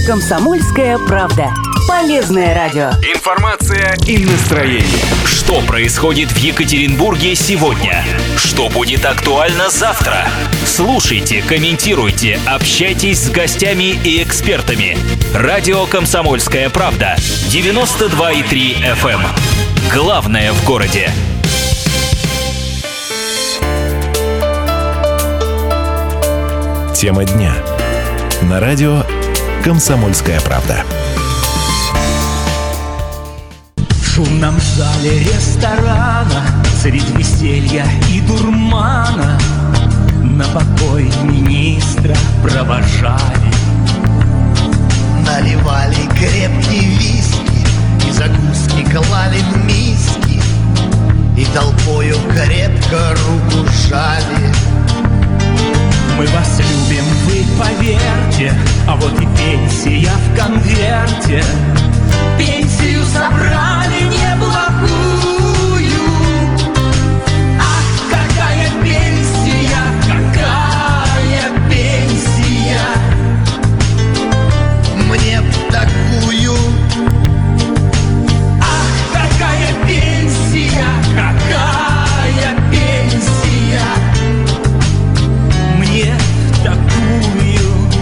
«Комсомольская правда». Полезное радио. Информация и настроение. Что происходит в Екатеринбурге сегодня? Что будет актуально завтра? Слушайте, комментируйте, общайтесь с гостями и экспертами. Радио «Комсомольская правда». 92,3 FM. Главное в городе. Тема дня. На радио «Комсомольская правда». В шумном зале ресторана средь веселья и дурмана на покой министра провожали. Наливали крепкий виски и закуски клали в миски, и толпою крепко руку жали. Мы вас любим, вы поверьте, а вот и пенсия в конверте. Пенсию собрали неплохую. Ах, какая пенсия, какая пенсия. Мне б такую. Ах, какая пенсия, какая пенсия. Мне такую.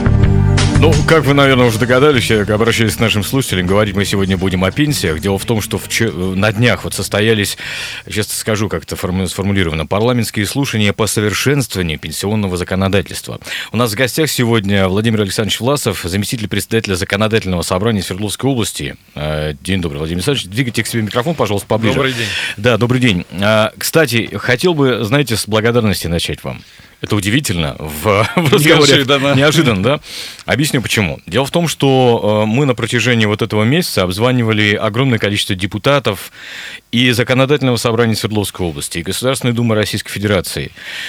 Ну, как вы, наверное, уже догадались, я обращаюсь к нашим слушателям, говорить мы сегодня будем о пенсиях. Дело в том, что на днях вот состоялись, сейчас скажу, как это сформулировано, парламентские слушания по совершенствованию пенсионного законодательства. У нас в гостях сегодня Владимир Александрович Власов, заместитель председателя Законодательного собрания Свердловской области. День добрый, Владимир Александрович. Двигайте к себе микрофон, пожалуйста, поближе. Добрый день. Да, добрый день. Кстати, хотел бы, знаете, с благодарности начать вам. Это удивительно в разговоре. Неожиданно, да? Объясню почему. Дело в том, что мы на протяжении вот этого месяца обзванивали огромное количество депутатов и Законодательного собрания Свердловской области, и Государственной Думы Российской Федерации.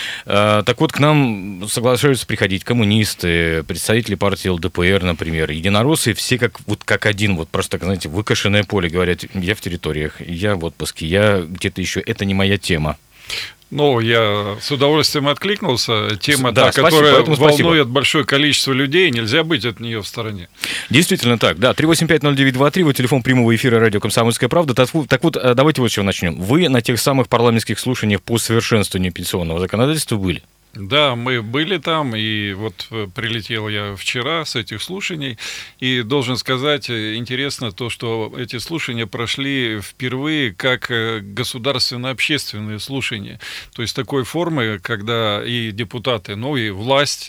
Так вот, к нам соглашаются приходить коммунисты, представители партии ЛДПР, например, единороссы, все как один, вот просто, знаете, выкошенное поле, говорят, я в территориях, я в отпуске, я где-то еще, это не моя тема. Ну, я с удовольствием откликнулся. Тема, да, которая волнует большое количество людей, нельзя быть от нее в стороне. Действительно так, да. 3850923, вот телефон прямого эфира радио «Комсомольская правда». Так вот, давайте вот с чего начнем. Вы на тех самых парламентских слушаниях по совершенствованию пенсионного законодательства были? Да, мы были там, и вот прилетел я вчера с этих слушаний, и должен сказать, интересно то, что эти слушания прошли впервые как государственно-общественные слушания, то есть такой формы, когда и депутаты, ну и власть,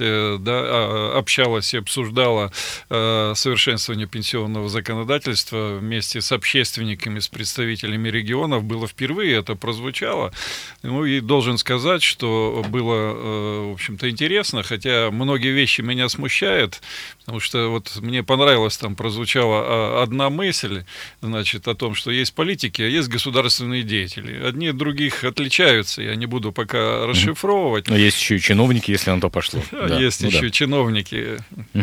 да, общалась и обсуждала совершенствование пенсионного законодательства вместе с общественниками, с представителями регионов, было впервые, это прозвучало, ну и должен сказать, что было в общем-то, интересно, хотя многие вещи меня смущают, потому что вот мне понравилось, там прозвучала одна мысль, значит, о том, что есть политики, а есть государственные деятели. Одни от других отличаются, я не буду пока расшифровывать. Но есть еще и чиновники, если на то пошло. Да. Есть еще чиновники.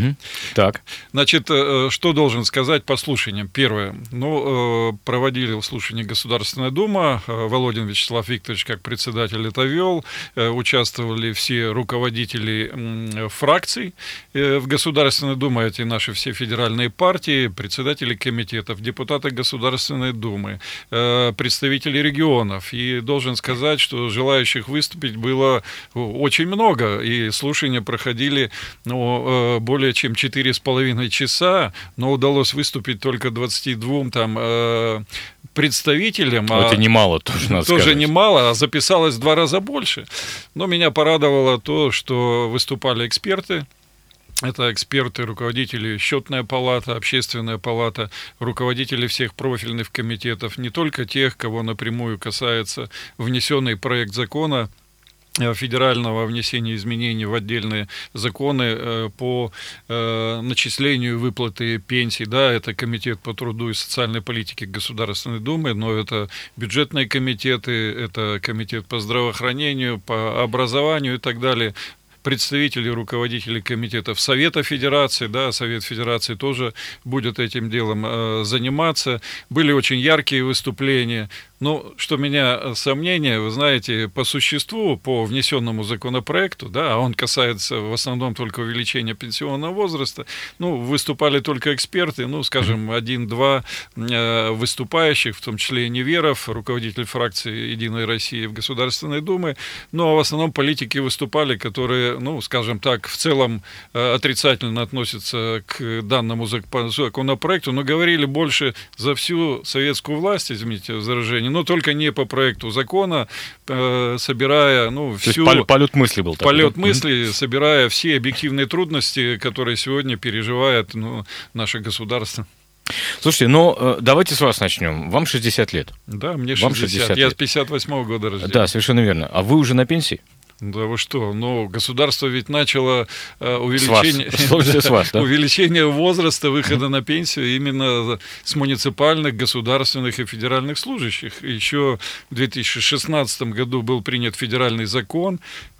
Так. Значит, что должен сказать по слушаниям? Первое. Ну, проводили слушание Государственная Дума, Володин Вячеслав Викторович как председатель это вел, участвовали все руководители фракций в Государственной Думе, эти наши все федеральные партии, председатели комитетов, депутаты Государственной Думы, представители регионов. И должен сказать, что желающих выступить было очень много, и слушания проходили более чем 4,5 часа, но удалось выступить только 22 там представителям. Это немало, тоже надо сказать. Тоже немало, а записалось в 2 раза больше. Но меня порадовало то, что выступали эксперты. Это эксперты, руководители Счетная палата, Общественная палата, руководители всех профильных комитетов, не только тех, кого напрямую касается внесенный проект закона федерального внесения изменений в отдельные законы по начислению выплаты пенсий. Да, это комитет по труду и социальной политике Государственной Думы, но это бюджетные комитеты, это комитет по здравоохранению, по образованию и так далее. Представители, руководители комитетов Совета Федерации, да, Совет Федерации тоже будет этим делом заниматься. Были очень яркие выступления. Но что меня сомнения, вы знаете, по существу, по внесенному законопроекту, да, а он касается в основном только увеличения пенсионного возраста, ну, выступали только эксперты, ну, скажем, 1-2 выступающих, в том числе и Неверов, руководитель фракции «Единой России» в Государственной Думе, ну, а в основном политики выступали, которые, ну, скажем так, в целом отрицательно относятся к данному законопроекту, но говорили больше за всю советскую власть, извините за выражение, но только не по проекту закона, собирая, ну, всю... То есть полет мысли был такой. Полет мысли, собирая все объективные трудности, которые сегодня переживает, ну, наше государство. Слушайте, ну, давайте с вас начнем. Вам 60 лет. Да, мне 60. Я с 58-го года рождения. Да, совершенно верно. А вы уже на пенсии? Да вы что, ну, государство ведь начало увеличение возраста выхода на пенсию именно с муниципальных, государственных и федеральных служащих. Еще в 2016 году был принят федеральный закон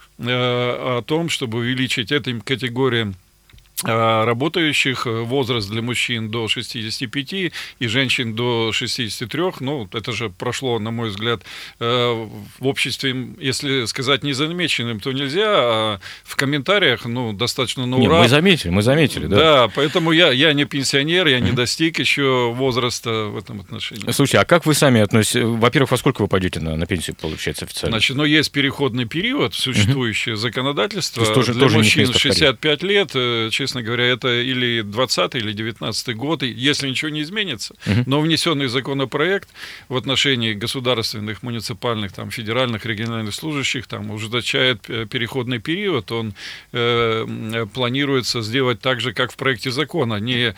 о том, чтобы увеличить этой категориям работающих возраст для мужчин до 65 и женщин до 63. Ну, это же прошло, на мой взгляд, в обществе, если сказать незамеченным, то нельзя, а в комментариях, ну, достаточно на ура. Мы заметили, да. Да, поэтому я не пенсионер, я не достиг еще возраста в этом отношении. Слушайте, а как вы сами относитесь? Во-первых, во сколько вы пойдете на пенсию, получается, официально? Значит, ну, есть переходный период, существующее законодательство. Тоже для мужчин не 65 лет, честно говоря, это или 20-й, или 19-й год, если ничего не изменится. Но внесенный законопроект в отношении государственных, муниципальных, там, федеральных, региональных служащих там, ужесточает переходный период. Он планируется сделать так же, как в проекте закона. Не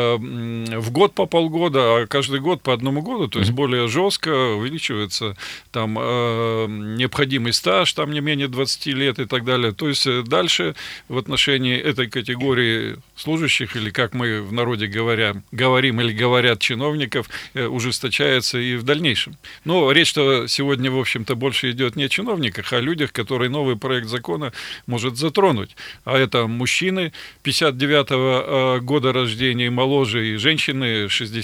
в год по полгода, а каждый год по одному году. То есть более жестко увеличивается там, необходимый стаж, там, не менее 20 лет и так далее. То есть дальше в отношении этой категории служащих, или как мы в народе говорим или говорят чиновников, ужесточается и в дальнейшем. Но речь-то сегодня, в общем-то, больше идет не о чиновниках, а о людях, которые новый проект закона может затронуть. А это мужчины 59-го года рождения и моложе, и женщины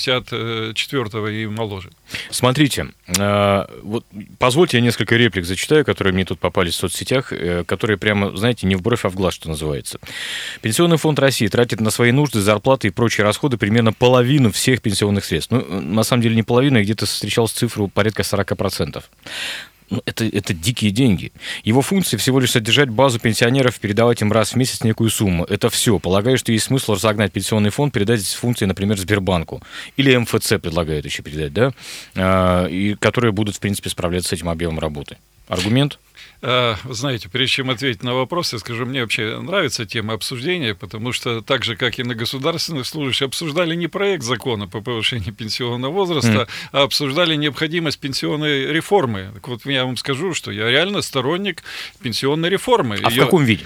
64-го и моложе. Смотрите, вот позвольте я несколько реплик зачитаю, которые мне тут попались в соцсетях, которые прямо, знаете, не в бровь, а в глаз, что называется. Пенсионный фонд России тратит на свои нужды, зарплаты и прочие расходы примерно половину всех пенсионных средств. Ну, на самом деле не половину, я где-то встречал цифру порядка 40%. Ну, это дикие деньги. Его функция всего лишь содержать базу пенсионеров, передавать им раз в месяц некую сумму. Это все. Полагаю, что есть смысл разогнать пенсионный фонд, передать эти функции, например, Сбербанку. Или МФЦ предлагают еще передать, да? И которые будут, в принципе, справляться с этим объемом работы. Аргумент? Вы знаете, прежде чем ответить на вопрос, я скажу, мне вообще нравится тема обсуждения, потому что так же, как и на государственных служащих, обсуждали не проект закона по повышению пенсионного возраста, а обсуждали необходимость пенсионной реформы. Так вот, я вам скажу, что я реально сторонник пенсионной реформы. А в каком виде?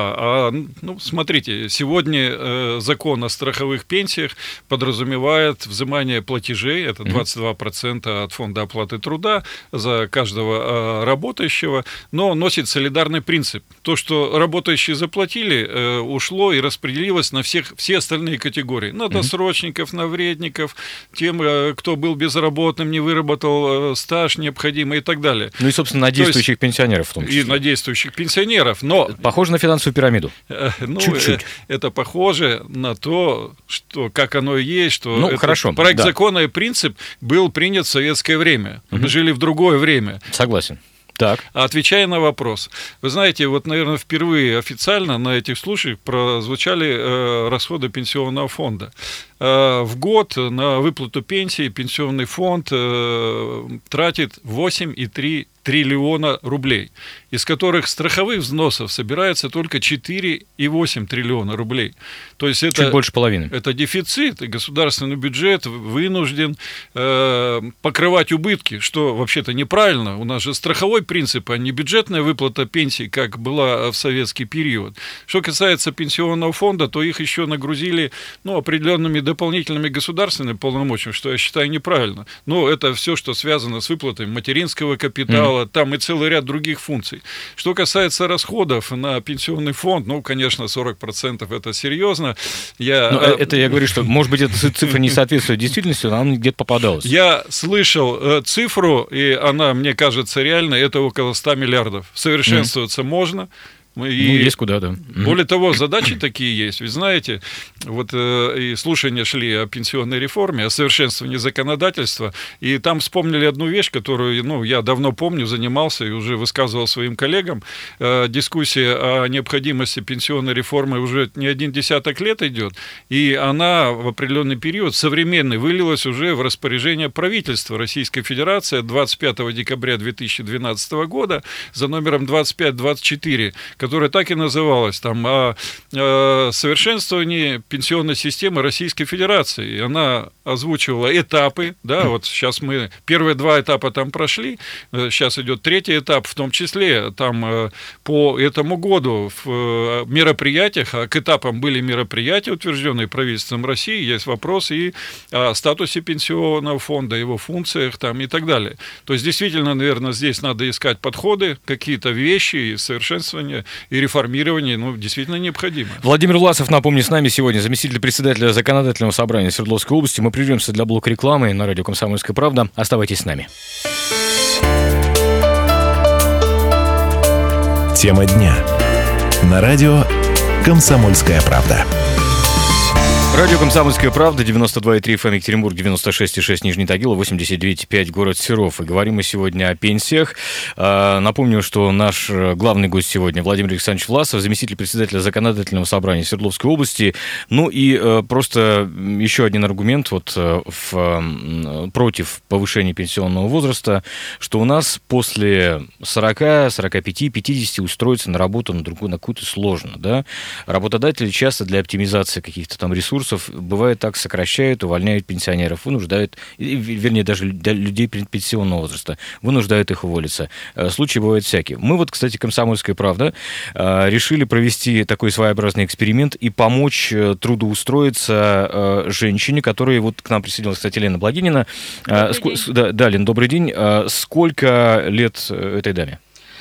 Ну, смотрите, сегодня закон о страховых пенсиях подразумевает взимание платежей, это 22% от фонда оплаты труда за каждого работающего, но носит солидарный принцип. То, что работающие заплатили, ушло и распределилось на все остальные категории. На досрочников, на вредников, тем, кто был безработным, не выработал стаж необходимый и так далее. Ну и, собственно, на действующих пенсионеров в том числе. И на действующих пенсионеров. Но похоже на финансовую пирамиду. Ну, чуть-чуть. Это похоже на то, что, как оно и есть, что хорошо, проект да. закона и принцип был принят в советское время. Мы жили в другое время. Согласен. Так. Отвечая на вопрос, вы знаете, вот, наверное, впервые официально на этих случаях прозвучали расходы пенсионного фонда. В год на выплату пенсии пенсионный фонд тратит 8,3 триллиона рублей, из которых страховых взносов собирается только 4,8 триллиона рублей. То есть это, чуть больше половины. Это дефицит, и государственный бюджет вынужден покрывать убытки, что вообще-то неправильно. У нас же страховой принцип, а не бюджетная выплата пенсии, как была в советский период. Что касается пенсионного фонда, то их еще нагрузили определенными дополнительными государственными полномочиями, что я считаю неправильно. Но это все, что связано с выплатой материнского капитала, там и целый ряд других функций. революции. Что касается расходов на пенсионный фонд, ну, конечно, 40% это серьезно. Это я говорю, что, может быть, эта цифра не соответствует действительности, но она где-то попадалась. Я слышал цифру, и она, мне кажется, реальной, это около 100 миллиардов. Совершенствоваться можно. Есть куда, да. Более того, задачи такие есть. Ведь знаете, вот и слушания шли о пенсионной реформе, о совершенствовании законодательства, и там вспомнили одну вещь, которую, я давно помню, занимался и уже высказывал своим коллегам. Дискуссия о необходимости пенсионной реформы уже не один десяток лет идет, и она в определенный период, современный, вылилась уже в распоряжение правительства Российской Федерации 25 декабря 2012 года за номером 2524, которая так и называлась, там, о совершенствовании пенсионной системы Российской Федерации. И она озвучивала этапы, да, вот сейчас мы первые 2 этапа там прошли, сейчас идет 3-й этап, в том числе там по этому году в мероприятиях, а к этапам были мероприятия, утвержденные правительством России, есть вопрос и о статусе пенсионного фонда, его функциях там и так далее. То есть, действительно, наверное, здесь надо искать подходы, какие-то вещи и совершенствования, и реформирование, действительно необходимо. Владимир Власов, напомню, с нами сегодня заместитель председателя Законодательного собрания Свердловской области. Мы прервемся для блока рекламы на радио «Комсомольская правда». Оставайтесь с нами. Тема дня. На радио «Комсомольская правда». Радио «Комсомольская правда», 92,3 FM Екатеринбург, 96,6 Нижний Тагил, 89,5 город Серов. И говорим мы сегодня о пенсиях. Напомню, что наш главный гость сегодня Владимир Александрович Власов, заместитель председателя Законодательного собрания Свердловской области. Ну и просто еще один аргумент против повышения пенсионного возраста, что у нас после 40, 45, 50 устроиться на работу на какую-то сложно. Да? Работодатели часто для оптимизации каких-то там ресурсов бывает так сокращают, увольняют пенсионеров, вынуждают, вернее, даже людей пенсионного возраста, вынуждают их уволиться. Случаи бывают всякие. Мы кстати, «Комсомольская правда», решили провести такой своеобразный эксперимент и помочь трудоустроиться женщине, которая к нам присоединилась, кстати, Лена Благинина. Да, Лен, добрый день. Сколько лет этой даме?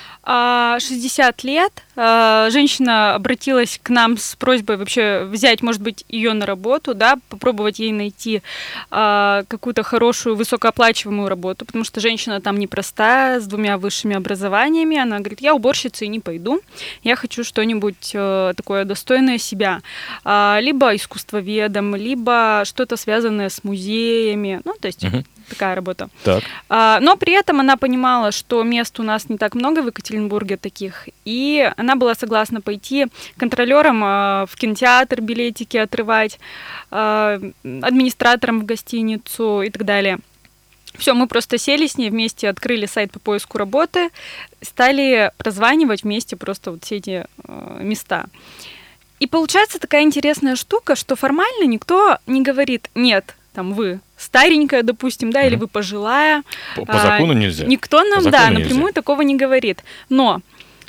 60 лет. Женщина обратилась к нам с просьбой вообще взять, может быть, ее на работу, да, попробовать ей найти какую-то хорошую, высокооплачиваемую работу, потому что женщина там непростая, с 2 высшими образованиями. Она говорит, я уборщицей не пойду, я хочу что-нибудь такое достойное себя. Либо искусствоведом, либо что-то связанное с музеями, то есть... Такая работа. Так. Но при этом она понимала, что мест у нас не так много в Екатеринбурге таких, и она была согласна пойти контролером в кинотеатр билетики отрывать, администратором в гостиницу и так далее. Все, мы просто сели с ней вместе, открыли сайт по поиску работы, стали прозванивать вместе просто все эти места. И получается такая интересная штука, что формально никто не говорит «нет». Там вы старенькая, допустим, да, или вы пожилая. По закону нельзя. Никто нам, напрямую такого не говорит. Но,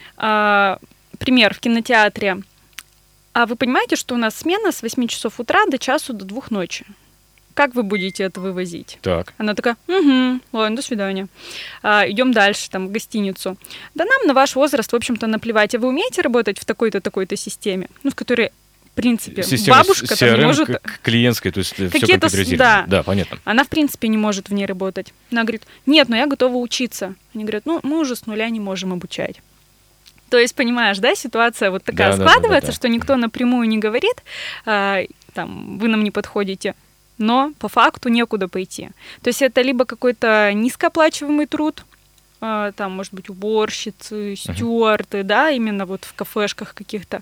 пример в кинотеатре. А вы понимаете, что у нас смена с 8 часов утра до часу до 2 ночи? Как вы будете это вывозить? Так. Она такая, ладно, до свидания. Идем дальше, в гостиницу. Да нам на ваш возраст, в общем-то, наплевать. А вы умеете работать в такой-то, такой-то системе? В которой... В принципе, система бабушка CRM там не может... клиентская, то есть все компьютеризировано. Да, понятно. Она, в принципе, не может в ней работать. Она говорит, нет, но я готова учиться. Они говорят, мы уже с нуля не можем обучать. То есть, понимаешь, да, ситуация вот такая складывается, что никто напрямую не говорит, вы нам не подходите, но по факту некуда пойти. То есть это либо какой-то низкооплачиваемый труд, может быть, уборщицы, стюарты, да, именно в кафешках каких-то,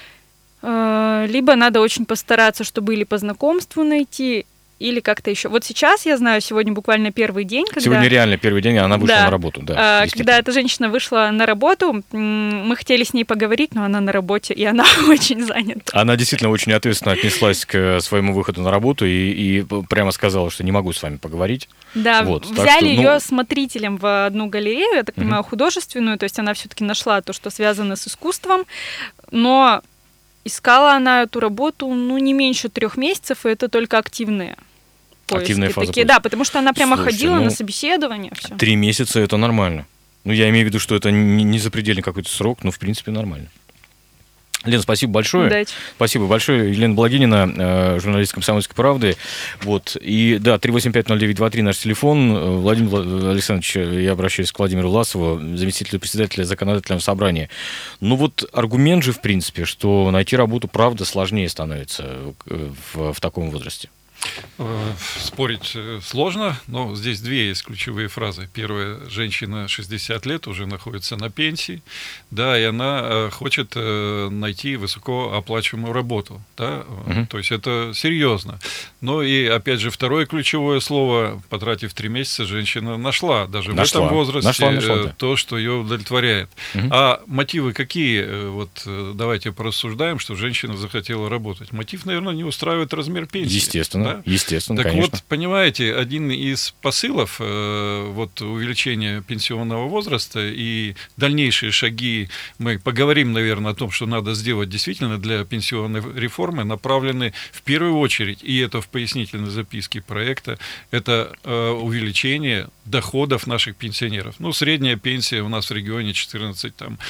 либо надо очень постараться, чтобы или по знакомству найти, или как-то еще. Вот сейчас, я знаю, сегодня буквально первый день, когда... Сегодня реально первый день, она вышла на работу, да. Когда эта женщина вышла на работу, мы хотели с ней поговорить, но она на работе, и она очень занята. Она действительно очень ответственно отнеслась к своему выходу на работу и прямо сказала, что не могу с вами поговорить. Да, взяли ее смотрителем в одну галерею, я так понимаю, художественную, то есть она все-таки нашла то, что связано с искусством, но... Искала она эту работу, не меньше 3 месяцев, и это только активные поиски. Активная фаза такие, да, потому что она прямо ходила на собеседование. Всё. 3 месяца – это нормально. Ну, я имею в виду, что это не запредельный какой-то срок, но, в принципе, нормально. Лена, спасибо большое. Удачи. Спасибо большое. Елена Благинина, журналист «Комсомольской правды». Вот. И да, 3850923 наш телефон. Владимир Александрович, я обращаюсь к Владимиру Власову, заместителю председателя законодательного собрания. Ну вот аргумент же, в принципе, что найти работу, правда, сложнее становится в таком возрасте. Спорить сложно, но здесь две есть ключевые фразы. Первая: женщина 60 лет уже находится на пенсии, да, и она хочет найти высокооплачиваемую работу, да, то есть это серьезно. Но и опять же второе ключевое слово: потратив 3 месяца, женщина нашла даже в этом возрасте то, что ее удовлетворяет. А мотивы какие? Вот давайте порассуждаем, что женщина захотела работать. Мотив, наверное, не устраивает размер пенсии. Естественно. Да? Естественно, так конечно. Вот, понимаете, один из посылов вот, увеличения пенсионного возраста и дальнейшие шаги, мы поговорим, наверное, о том, что надо сделать действительно для пенсионной реформы, направлены в первую очередь, и это в пояснительной записке проекта, это увеличение доходов наших пенсионеров. Ну, средняя пенсия у нас в регионе 14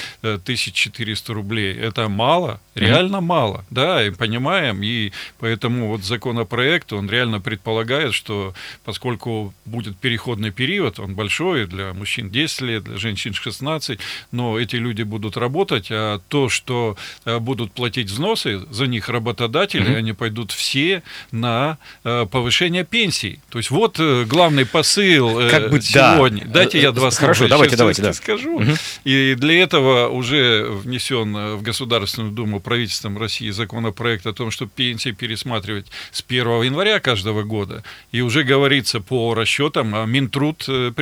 400 рублей. Это мало, реально мало, да, и понимаем, и поэтому вот законопроект, он реально предполагает, что поскольку будет переходный период, он большой, для мужчин 10 лет, для женщин 16, но эти люди будут работать, а то, что будут платить взносы, за них работодатели, они пойдут все на повышение пенсий. То есть вот главный посыл сегодня. Да. Дайте я два слова скажу. И для этого уже внесен в Государственную Думу правительством России законопроект о том, что пенсии пересматривать с 1 января каждого года. И уже говорится по расчетам, Минтруд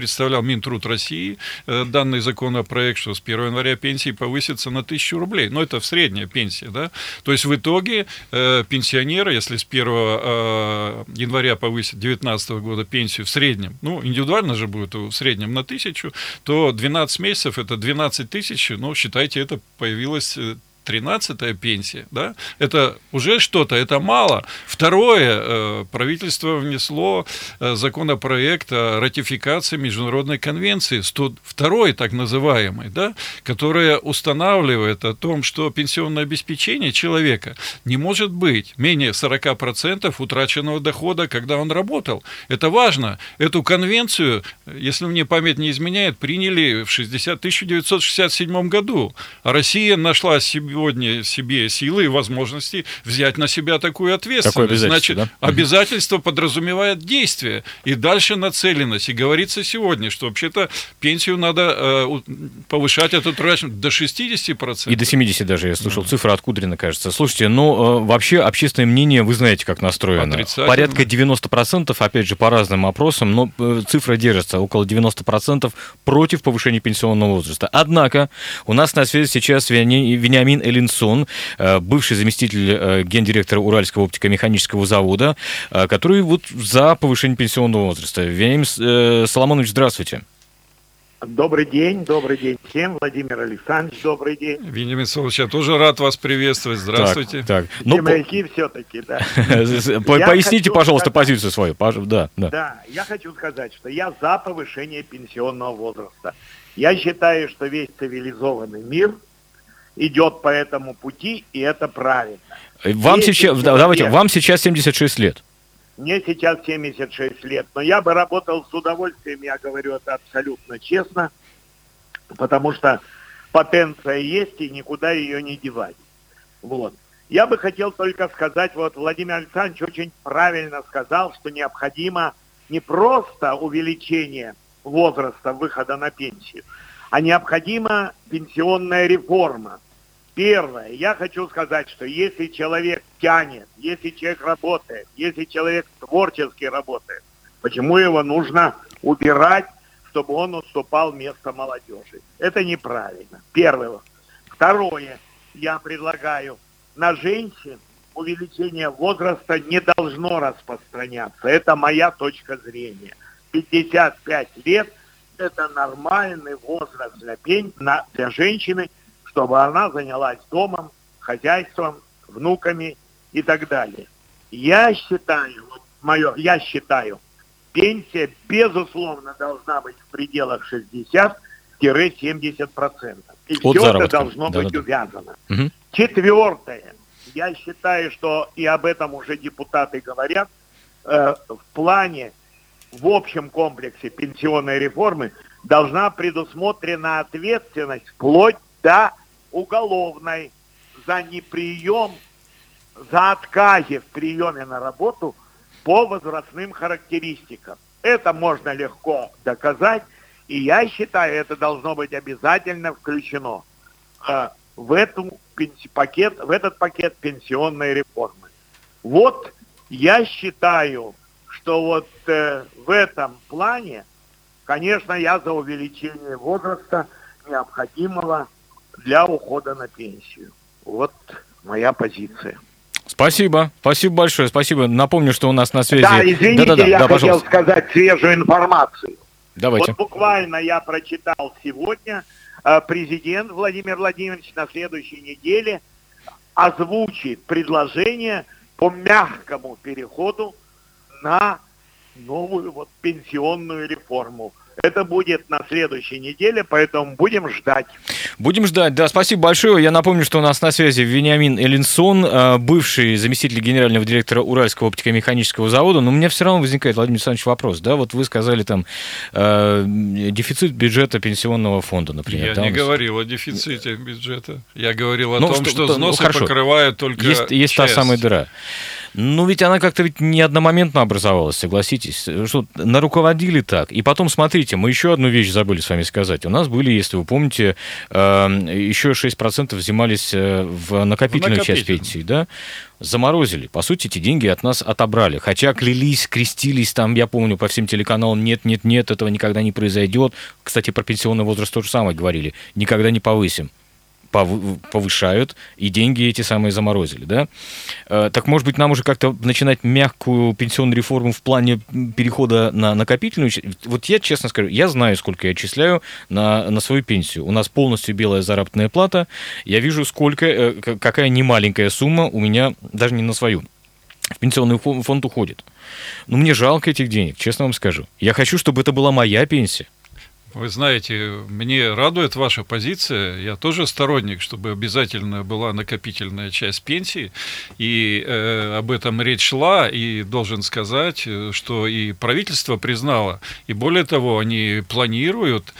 России данный законопроект, что с 1 января пенсии повысится на 1000 рублей. Но это в средняя пенсия, да? То есть в итоге пенсионеры, если с 1 января повысят 2019 года пенсию в среднем, ну, индивидуально же будет в среднем на 1000, то 12 месяцев это 12 тысяч, ну, считайте, это появилась 13-я пенсия, да, это уже что-то, это мало. Второе, правительство внесло законопроект о ратификации Международной конвенции, 102-й так называемой, да, которая устанавливает о том, что пенсионное обеспечение человека не может быть менее 40% утраченного дохода, когда он работал. Это важно. Эту конвенцию, если мне память не изменяет, приняли в 1967 году, а Россия нашла сегодня себе силы и возможности взять на себя такую ответственность. Значит, да? Обязательство подразумевает действие. И дальше нацеленность. И говорится сегодня, что вообще-то пенсию надо повышать до 60%. И до 70% даже. Я слышал цифры от Кудрина, кажется. Слушайте, ну, вообще общественное мнение, вы знаете, как настроено. Порядка 90%, опять же, по разным опросам, но цифра держится. Около 90% против повышения пенсионного возраста. Однако, у нас на связи сейчас Вениамин Эллинсон, бывший заместитель гендиректора Уральского оптико-механического завода, который вот за повышение пенсионного возраста. Вениамин Соломонович, здравствуйте. Добрый день всем. Владимир Александрович, добрый день. Вениамин Соломонович, я тоже рад вас приветствовать. Здравствуйте. Так. Земляки все-таки, да. Поясните, пожалуйста, позицию свою. Да, я хочу сказать, что я за повышение пенсионного возраста. Я считаю, что весь цивилизованный мир идет по этому пути, и это правильно. Вам сейчас 76 лет. Мне сейчас 76 лет, но я бы работал с удовольствием, я говорю это абсолютно честно, потому что потенция есть, и никуда ее не девать. Вот. Я бы хотел только сказать, вот Владимир Александрович очень правильно сказал, что необходимо не просто увеличение возраста выхода на пенсию, а необходима пенсионная реформа. Первое, я хочу сказать, что если человек тянет, если человек работает, если человек творчески работает, почему его нужно убирать, чтобы он уступал место молодежи? Это неправильно. Первое. Второе, я предлагаю, на женщин увеличение возраста не должно распространяться. Это моя точка зрения. 55 лет – это нормальный возраст для женщины, чтобы она занялась домом, хозяйством, внуками и так далее. Я считаю, пенсия, безусловно, должна быть в пределах 60, И все это должно быть увязано. Угу. Четвертое. Я считаю, что и об этом уже депутаты говорят, в плане, в общем комплексе пенсионной реформы должна предусмотрена ответственность вплоть до уголовной за неприем, за отказе в приеме на работу по возрастным характеристикам. Это можно легко доказать, и я считаю, это должно быть обязательно включено в этот пакет пенсионной реформы. Вот я считаю, что вот в этом плане, конечно, я за увеличение возраста необходимого для ухода на пенсию. Вот моя позиция. Спасибо большое, спасибо. Напомню, что у нас на связи... Да, извините, я хотел пожалуйста сказать свежую информацию. Давайте. Вот буквально я прочитал сегодня, президент Владимир Владимирович на следующей неделе озвучит предложение по мягкому переходу на новую пенсионную реформу. Это будет на следующей неделе, поэтому будем ждать. Будем ждать, да, спасибо большое. Я напомню, что у нас на связи Вениамин Эллинсон, бывший заместитель генерального директора Уральского оптико-механического завода. Но у меня все равно возникает, Владимир Александрович, вопрос. Да, вот вы сказали там дефицит бюджета пенсионного фонда, например. Я не говорил о дефиците бюджета. Я говорил о том, что взносы покрывают только есть та самая дыра. Ну, ведь она как-то не одномоментно образовалась, согласитесь. Что наруководили так. И потом, смотрите, мы еще одну вещь забыли с вами сказать. У нас были, если вы помните, еще 6% взимались в накопительную часть пенсии, да? Заморозили. По сути, эти деньги от нас отобрали. Хотя клялись, крестились, там, я помню, по всем телеканалам, нет, этого никогда не произойдет. Кстати, про пенсионный возраст то же самое говорили. Никогда не повысим. Повышают, и деньги эти самые заморозили, да? Так, может быть, нам уже как-то начинать мягкую пенсионную реформу в плане перехода на накопительную? Вот я честно скажу, я знаю, сколько я отчисляю на свою пенсию. У нас полностью белая заработная плата. Я вижу, какая немаленькая сумма у меня, даже не на свою, в пенсионный фонд уходит. Но мне жалко этих денег, честно вам скажу. Я хочу, чтобы это была моя пенсия. Вы знаете, мне радует ваша позиция. Я тоже сторонник, чтобы обязательно была накопительная часть пенсии. И об этом речь шла. И должен сказать, что и правительство признало. И более того, они планируют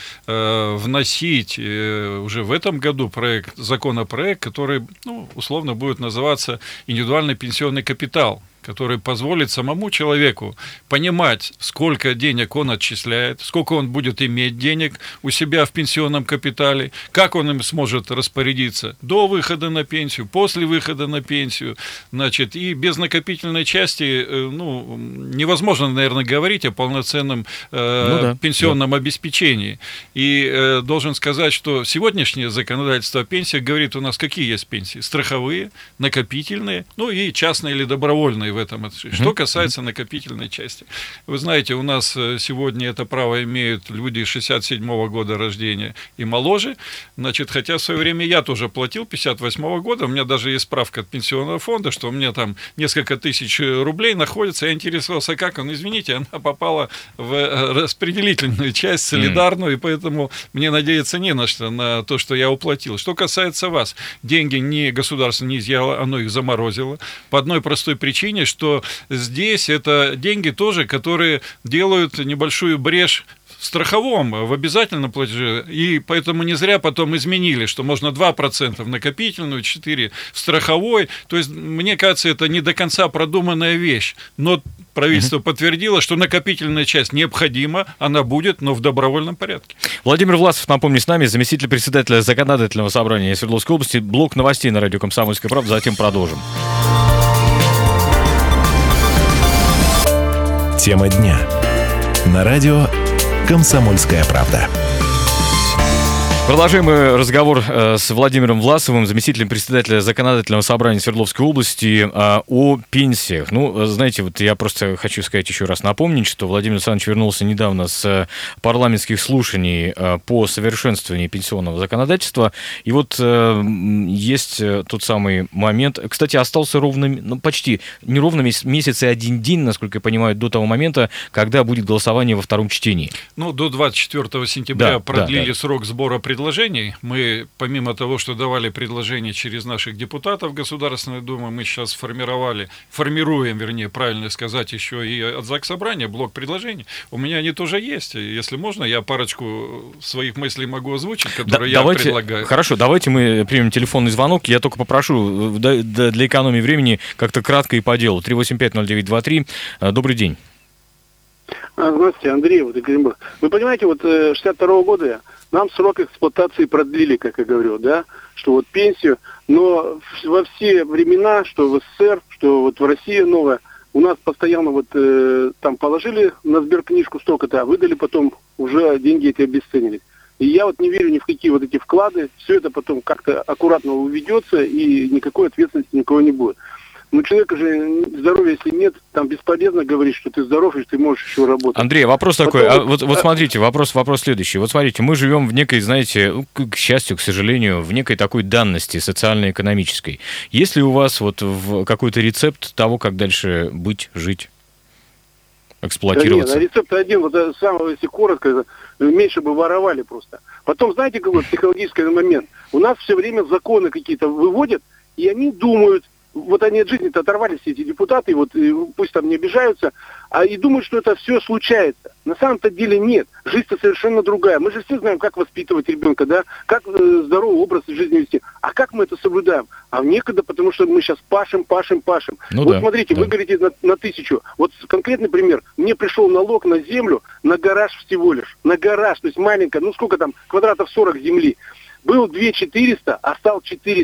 вносить уже в этом году законопроект, который, условно будет называться «Индивидуальный пенсионный капитал», который позволит самому человеку понимать, сколько денег он отчисляет, сколько он будет иметь денег у себя в пенсионном капитале, как он им сможет распорядиться до выхода на пенсию, после выхода на пенсию. Значит, и без накопительной части невозможно, наверное, говорить о полноценном пенсионном обеспечении. И должен сказать, что сегодняшнее законодательство о пенсиях говорит у нас, какие есть пенсии: страховые, накопительные, и частные или добровольные в этом. Что касается накопительной части. Вы знаете, у нас сегодня это право имеют люди 67-го года рождения и моложе. Значит, хотя в свое время я тоже платил 58-го года. У меня даже есть справка от пенсионного фонда, что у меня там несколько тысяч рублей находится. Я интересовался, как он. Извините, она попала в распределительную часть, солидарную, и поэтому мне надеяться не на что, на то, что я уплатил. Что касается вас, деньги ни государство не изъяло, оно их заморозило. По одной простой причине, что здесь это деньги тоже, которые делают небольшую брешь в страховом, в обязательном платеже, и поэтому не зря потом изменили, что можно 2% в накопительную, 4% в страховой. То есть, мне кажется, это не до конца продуманная вещь, но правительство подтвердило, что накопительная часть необходима, она будет, но в добровольном порядке. Владимир Власов, напомню, с нами, заместитель председателя Законодательного собрания Свердловской области. Блок новостей на радио «Комсомольская правда», затем продолжим. Тема дня. На радио «Комсомольская правда». Продолжаем разговор с Владимиром Власовым, заместителем председателя Законодательного собрания Свердловской области, о пенсиях. Ну, знаете, вот я просто хочу сказать еще раз, напомнить, что Владимир Александрович вернулся недавно с парламентских слушаний по совершенствованию пенсионного законодательства. И вот есть тот самый момент. Кстати, остался ровно, ну, почти не ровно месяц и один день, насколько я понимаю, до того момента, когда будет голосование во втором чтении. Ну, до 24 сентября продлили срок сбора предложений. Мы, помимо того, что давали предложения через наших депутатов Государственной Думы, мы сейчас формируем, вернее, правильно сказать, еще и от Заксобрания блок предложений. У меня они тоже есть. Если можно, я парочку своих мыслей могу озвучить, которые я предлагаю. Хорошо, давайте мы примем телефонный звонок. Я только попрошу для экономии времени как-то кратко и по делу. 3850923. Добрый день. Здравствуйте, Андрей, вот Екатеринбург. Вы понимаете, вот 62-го года нам срок эксплуатации продлили, как я говорю, да, что вот пенсию, но во все времена, что в СССР, что вот в России новая, у нас постоянно вот там положили на сберкнижку столько-то, а выдали потом, уже деньги эти обесценились. И я вот не верю ни в какие вот эти вклады, все это потом как-то аккуратно уведется, и никакой ответственности никого не будет. Ну, человека же здоровья, если нет, там бесполезно говорить, что ты здоров, и ты можешь еще работать. Андрей, вопрос такой. Вот смотрите, вопрос следующий. Вот смотрите, мы живем в некой, знаете, к счастью, к сожалению, в некой такой данности социально-экономической. Есть ли у вас вот какой-то рецепт того, как дальше быть, жить, эксплуатироваться? Да нет, рецепт один, вот самого, если коротко, меньше бы воровали просто. Потом, знаете, какой психологический момент? У нас все время законы какие-то выводят, и они думают, вот они от жизни-то оторвались, эти депутаты, вот пусть там не обижаются, и думают, что это все случается. На самом-то деле нет. Жизнь-то совершенно другая. Мы же все знаем, как воспитывать ребенка, да, как здоровый образ жизни вести. А как мы это соблюдаем? А некогда, потому что мы сейчас пашем. Ну, вот смотрите, вы говорите на 1000. Вот конкретный пример. Мне пришел налог на землю, на гараж всего лишь. На гараж, то есть маленько, ну сколько там, квадратов 40 земли. Был 2400, а стал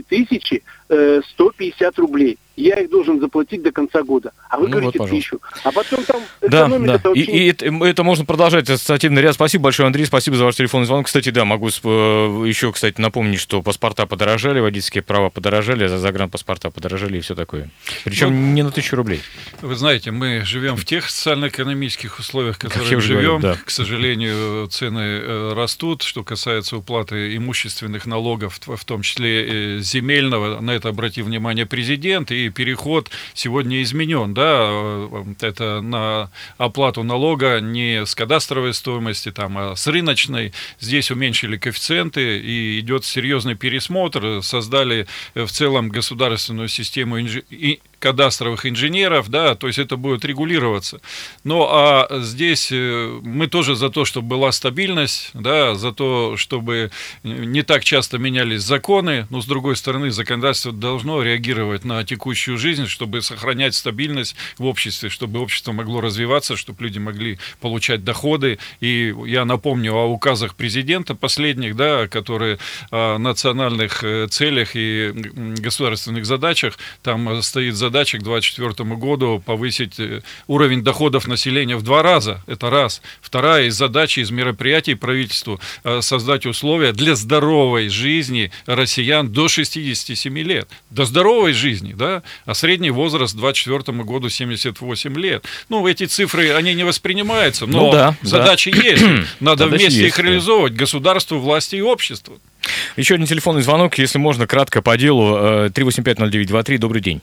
4150 рублей. Я их должен заплатить до конца года. А вы говорите 1000. А потом там экономика... Да. И это можно продолжать ассоциативный ряд. Спасибо большое, Андрей, спасибо за ваш телефонный звонок. Кстати, да, могу еще, напомнить, что паспорта подорожали, водительские права подорожали, загранпаспорта подорожали и все такое. Причем не на 1000 рублей. Вы знаете, мы живем в тех социально-экономических условиях, в которых живем. Да. К сожалению, цены растут. Что касается уплаты имущественных налогов, в том числе земельного, на это обратил внимание президент, и переход сегодня изменен, да, это на оплату налога не с кадастровой стоимости, а с рыночной. Здесь уменьшили коэффициенты, и идет серьезный пересмотр, создали в целом государственную систему кадастровых инженеров, да, то есть это будет регулироваться. Ну, а здесь мы тоже за то, чтобы была стабильность, да, за то, чтобы не так часто менялись законы, но, с другой стороны, законодательство должно реагировать на текущую жизнь, чтобы сохранять стабильность в обществе, чтобы общество могло развиваться, чтобы люди могли получать доходы. И я напомню о указах президента последних, да, которые о национальных целях и государственных задачах. Там стоит задача к 2024 году повысить уровень доходов населения в 2 раза. Это раз. Вторая из задач, из мероприятий правительству создать условия для здоровой жизни россиян до 67 лет. До здоровой жизни, да? А средний возраст к 2024 году 78 лет. Ну, эти цифры, они не воспринимаются, но задачи есть. Надо вместе их реализовывать, государству, власти и обществу. Еще один телефонный звонок, если можно, кратко по делу. 3850923, добрый день.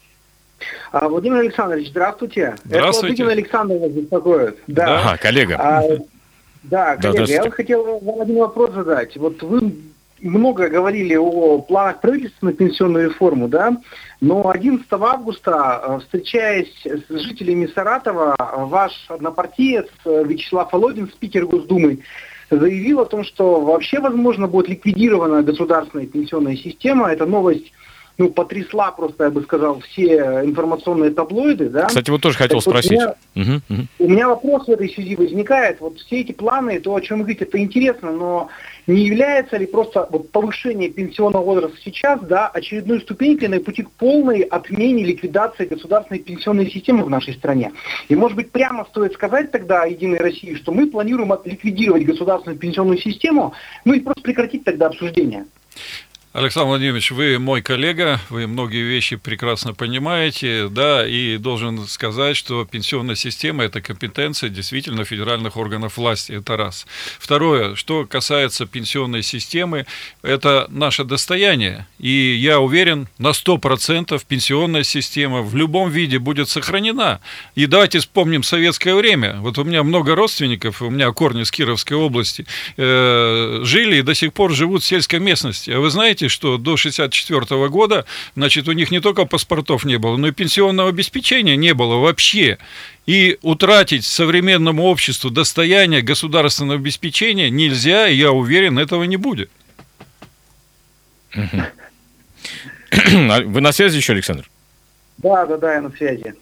Владимир Александрович, здравствуйте. Здравствуйте. Это Владимир Александрович беспокоит. Да. Ага, коллега. Коллега, я вот хотел вам один вопрос задать. Вот вы много говорили о планах правительства на пенсионную реформу, да? Но 11 августа, встречаясь с жителями Саратова, ваш однопартиец Вячеслав Володин, спикер Госдумы, заявил о том, что вообще, возможно, будет ликвидирована государственная пенсионная система. Эта новость потрясла просто, я бы сказал, все информационные таблоиды, да. Кстати, вот тоже хотел спросить. У меня вопрос в этой связи возникает. Вот все эти планы, то, о чем вы говорите, это интересно, но не является ли просто вот повышение пенсионного возраста сейчас, да, очередной ступенькой на пути к полной отмене ликвидации государственной пенсионной системы в нашей стране? И, может быть, прямо стоит сказать тогда Единой России, что мы планируем ликвидировать государственную пенсионную систему, и просто прекратить тогда обсуждение. Александр Владимирович, вы мой коллега, вы многие вещи прекрасно понимаете, да, и должен сказать, что пенсионная система – это компетенция действительно федеральных органов власти, это раз. Второе, что касается пенсионной системы, это наше достояние, и я уверен, на 100% пенсионная система в любом виде будет сохранена. И давайте вспомним советское время. Вот у меня много родственников, у меня корни с Кировской области, жили и до сих пор живут в сельской местности. А вы знаете, что до 1964 года, значит, у них не только паспортов не было, но и пенсионного обеспечения не было вообще. И утратить современному обществу достояние государственного обеспечения нельзя, и я уверен, этого не будет. Вы на связи еще, Александр? Да, я на связи.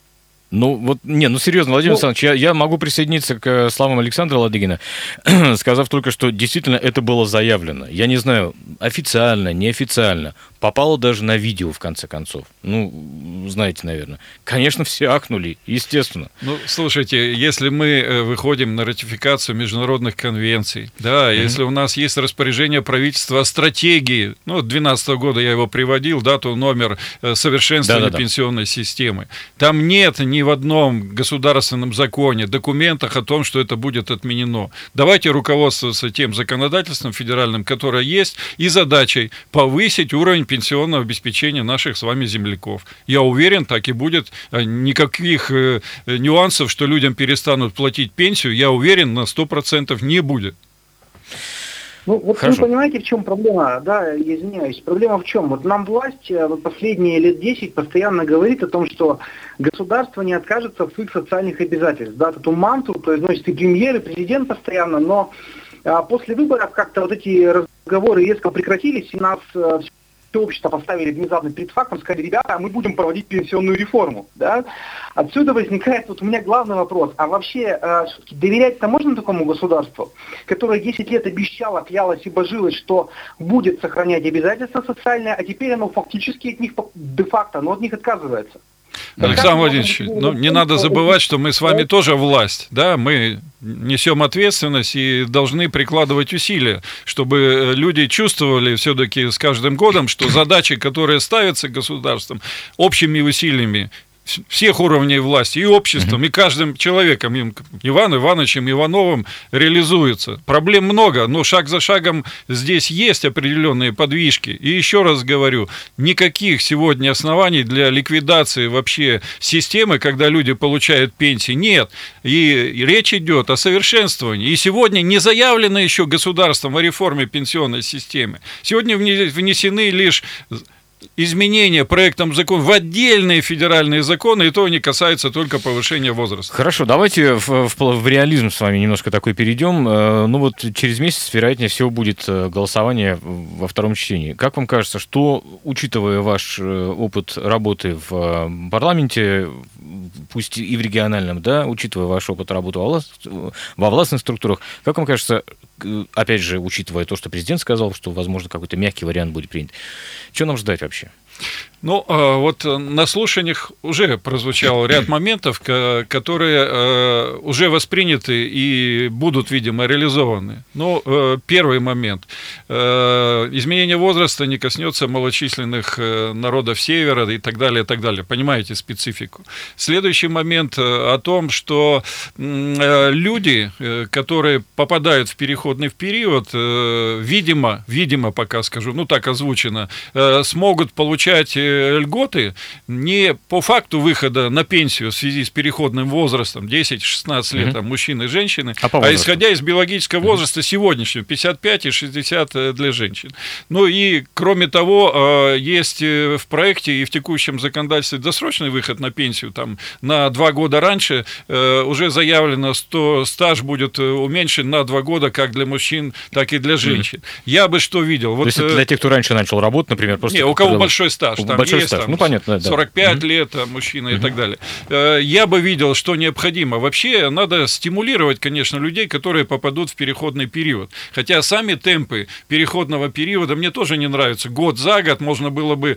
Серьезно, Владимир Александрович, я могу присоединиться к словам Александра Ладыгина, сказав только, что действительно это было заявлено. Я не знаю, официально, неофициально, попало даже на видео, в конце концов. Знаете, наверное. Конечно, все ахнули, естественно. Слушайте, если мы выходим на ратификацию международных конвенций, да, если у нас есть распоряжение правительства о стратегии, 2012 года я его приводил, дату, номер совершенствования пенсионной системы, там нет ни в одном государственном законе, документах о том, что это будет отменено. Давайте руководствоваться тем законодательством федеральным, которое есть, и задачей повысить уровень пенсионного обеспечения наших с вами земляков. Я уверен, так и будет. Никаких нюансов, что людям перестанут платить пенсию, я уверен, на 100% не будет. Вы понимаете, в чем проблема? Да, я извиняюсь. Проблема в чем? Вот нам власть последние лет 10 постоянно говорит о том, что государство не откажется от своих социальных обязательств. Да, эту мантру произносит и премьер, и президент постоянно, но после выборов как-то вот эти разговоры резко прекратились, и нас все общество поставили внезапно перед фактом, сказали: ребята, мы будем проводить пенсионную реформу. Да? Отсюда возникает у меня главный вопрос. А вообще, все-таки доверять-то можно такому государству, которое 10 лет обещало, клялось и божилось, что будет сохранять обязательства социальные, а теперь оно фактически от них де-факто, от них отказывается? Александр Владимирович, не надо забывать, что мы с вами тоже власть, да, мы несем ответственность и должны прикладывать усилия, чтобы люди чувствовали все-таки с каждым годом, что задачи, которые ставятся государством, общими усилиями всех уровней власти, и обществом, и каждым человеком, Иваном Ивановичем Ивановым, реализуется. Проблем много, но шаг за шагом здесь есть определенные подвижки. И еще раз говорю, никаких сегодня оснований для ликвидации вообще системы, когда люди получают пенсии, нет. И речь идет о совершенствовании. И сегодня не заявлено еще государством о реформе пенсионной системы. Сегодня внесены лишь изменения проектом закона в отдельные федеральные законы, и то они касаются только повышения возраста. Хорошо, давайте в реализм с вами немножко такой перейдем. Через месяц, вероятнее всего, будет голосование во втором чтении. Как вам кажется, что, учитывая ваш опыт работы в парламенте, пусть и в региональном, да, учитывая ваш опыт работы во властных структурах, как вам кажется, опять же, учитывая то, что президент сказал, что, возможно, какой-то мягкий вариант будет принят, что нам ждать вообще? На слушаниях уже прозвучал ряд моментов, которые уже восприняты и будут, видимо, реализованы. Первый момент. Изменение возраста не коснется малочисленных народов Севера и так далее, и так далее. Понимаете специфику. Следующий момент о том, что люди, которые попадают в переходный период, видимо, пока скажу, так озвучено, смогут получать льготы не по факту выхода на пенсию в связи с переходным возрастом 10-16 лет, мужчин и женщины, а исходя из биологического возраста сегодняшнего 55 и 60 для женщин. И кроме того, есть в проекте и в текущем законодательстве досрочный выход на пенсию на 2 года раньше. Уже заявлено, что стаж будет уменьшен на 2 года как для мужчин, так и для женщин. Я бы что видел? То есть это для тех, кто раньше начал работать, например, просто... у кого большой стаж. Там большой есть стаж. Там, ну, понятно, да. 45 лет мужчина и так далее. Я бы видел, что необходимо. Вообще надо стимулировать, конечно, людей, которые попадут в переходный период. Хотя сами темпы переходного периода мне тоже не нравятся. Год за год, можно было бы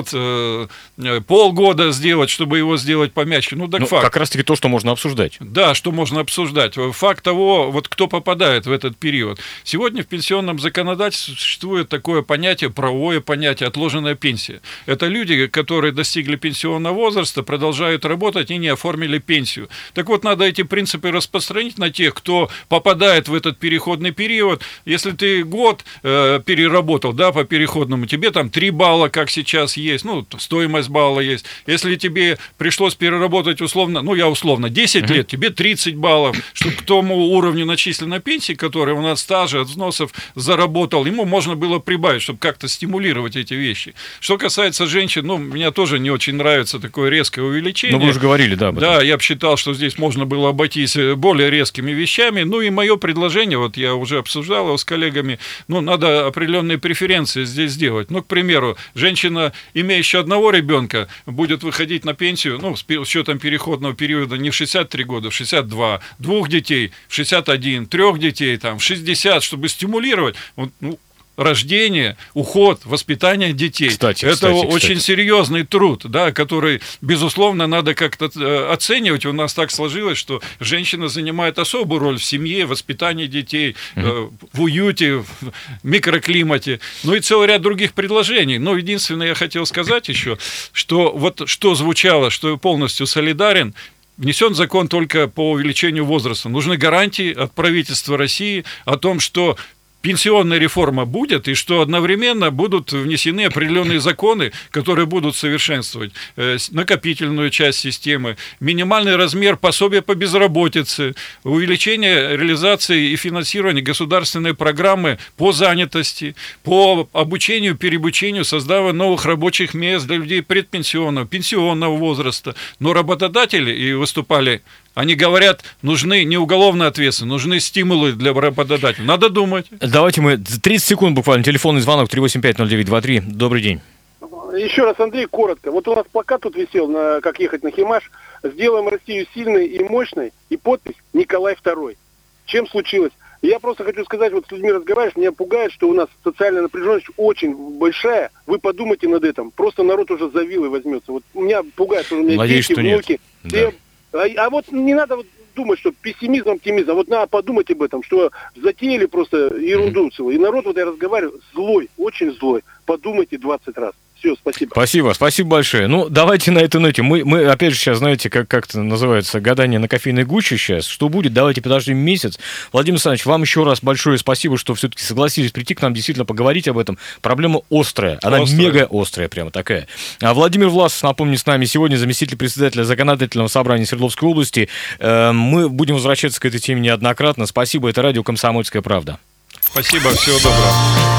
полгода сделать, чтобы его сделать помягче. Ну, так факт. Как раз-таки то, что можно обсуждать. Да, что можно обсуждать. Факт того, вот кто попадает в этот период. Сегодня в пенсионном законодательстве существует такое понятие, правовое понятие, отложенная пенсия. Это люди, которые достигли пенсионного возраста, продолжают работать и не оформили пенсию. Так вот, надо эти принципы распространить на тех, кто попадает в этот переходный период. Если ты год переработал, да, по переходному, тебе там 3 балла, как сейчас есть, ну, стоимость балла есть. Если тебе пришлось переработать условно, 10 лет, тебе 30 баллов, что к тому уровню начисленной пенсии, который он от стажа, от взносов заработал, ему можно было прибавить, чтобы как-то стимулировать эти вещи. Что касается женщин, мне тоже не очень нравится такое резкое увеличение. Вы уже говорили, да, об этом. Да, я бы считал, что здесь можно было обойтись более резкими вещами. Ну и мое предложение, вот я уже обсуждал его с коллегами, надо определенные преференции здесь сделать. К примеру, женщина, имеющая одного ребенка, будет выходить на пенсию, с учетом переходного периода не в 63 года, в 62, 2 детей в 61, 3 детей в 60, чтобы стимулировать рождение, уход, воспитание детей. Это очень серьезный труд, да, который, безусловно, надо как-то оценивать. У нас так сложилось, что женщина занимает особую роль в семье, в воспитании детей, в уюте, в микроклимате. И целый ряд других предложений. Но единственное, я хотел сказать еще, что что звучало, что я полностью солидарен. Внесен закон только по увеличению возраста. Нужны гарантии от правительства России о том, что пенсионная реформа будет, и что одновременно будут внесены определенные законы, которые будут совершенствовать накопительную часть системы, минимальный размер пособия по безработице, увеличение реализации и финансирования государственной программы по занятости, по обучению, переобучению, создава новых рабочих мест для людей предпенсионного, пенсионного возраста. Но работодатели, и выступали, они говорят, нужны не уголовная ответственность, нужны стимулы для работодателей. Надо думать. Давайте мы 30 секунд буквально. Телефонный звонок 3850923. Добрый день. Еще раз, Андрей, коротко. Вот у нас плакат тут висел, как ехать на Химаш. «Сделаем Россию сильной и мощной». И подпись «Николай II». Чем случилось? Я просто хочу сказать, вот с людьми разговариваешь, меня пугает, что у нас социальная напряженность очень большая. Вы подумайте над этим. Просто народ уже за вилы возьмется. Вот меня пугает, что у меня дети, внуки. Да. А вот не надо думать, что пессимизм, оптимизм. А вот надо подумать об этом, что затеяли просто ерунду целую. И народ, вот я разговариваю, злой, очень злой. Подумайте 20 раз. Все, спасибо. Спасибо большое. Давайте на этой ноте. Мы опять же сейчас, знаете, как это называется, гадание на кофейной гуще сейчас. Что будет? Давайте подождем месяц. Владимир Александрович, вам еще раз большое спасибо, что все-таки согласились прийти к нам, действительно поговорить об этом. Проблема острая. Она мега острая прямо такая. А Владимир Власов, напомню, с нами сегодня заместитель председателя Законодательного собрания Свердловской области. Мы будем возвращаться к этой теме неоднократно. Спасибо. Это радио «Комсомольская правда». Спасибо. Всего доброго.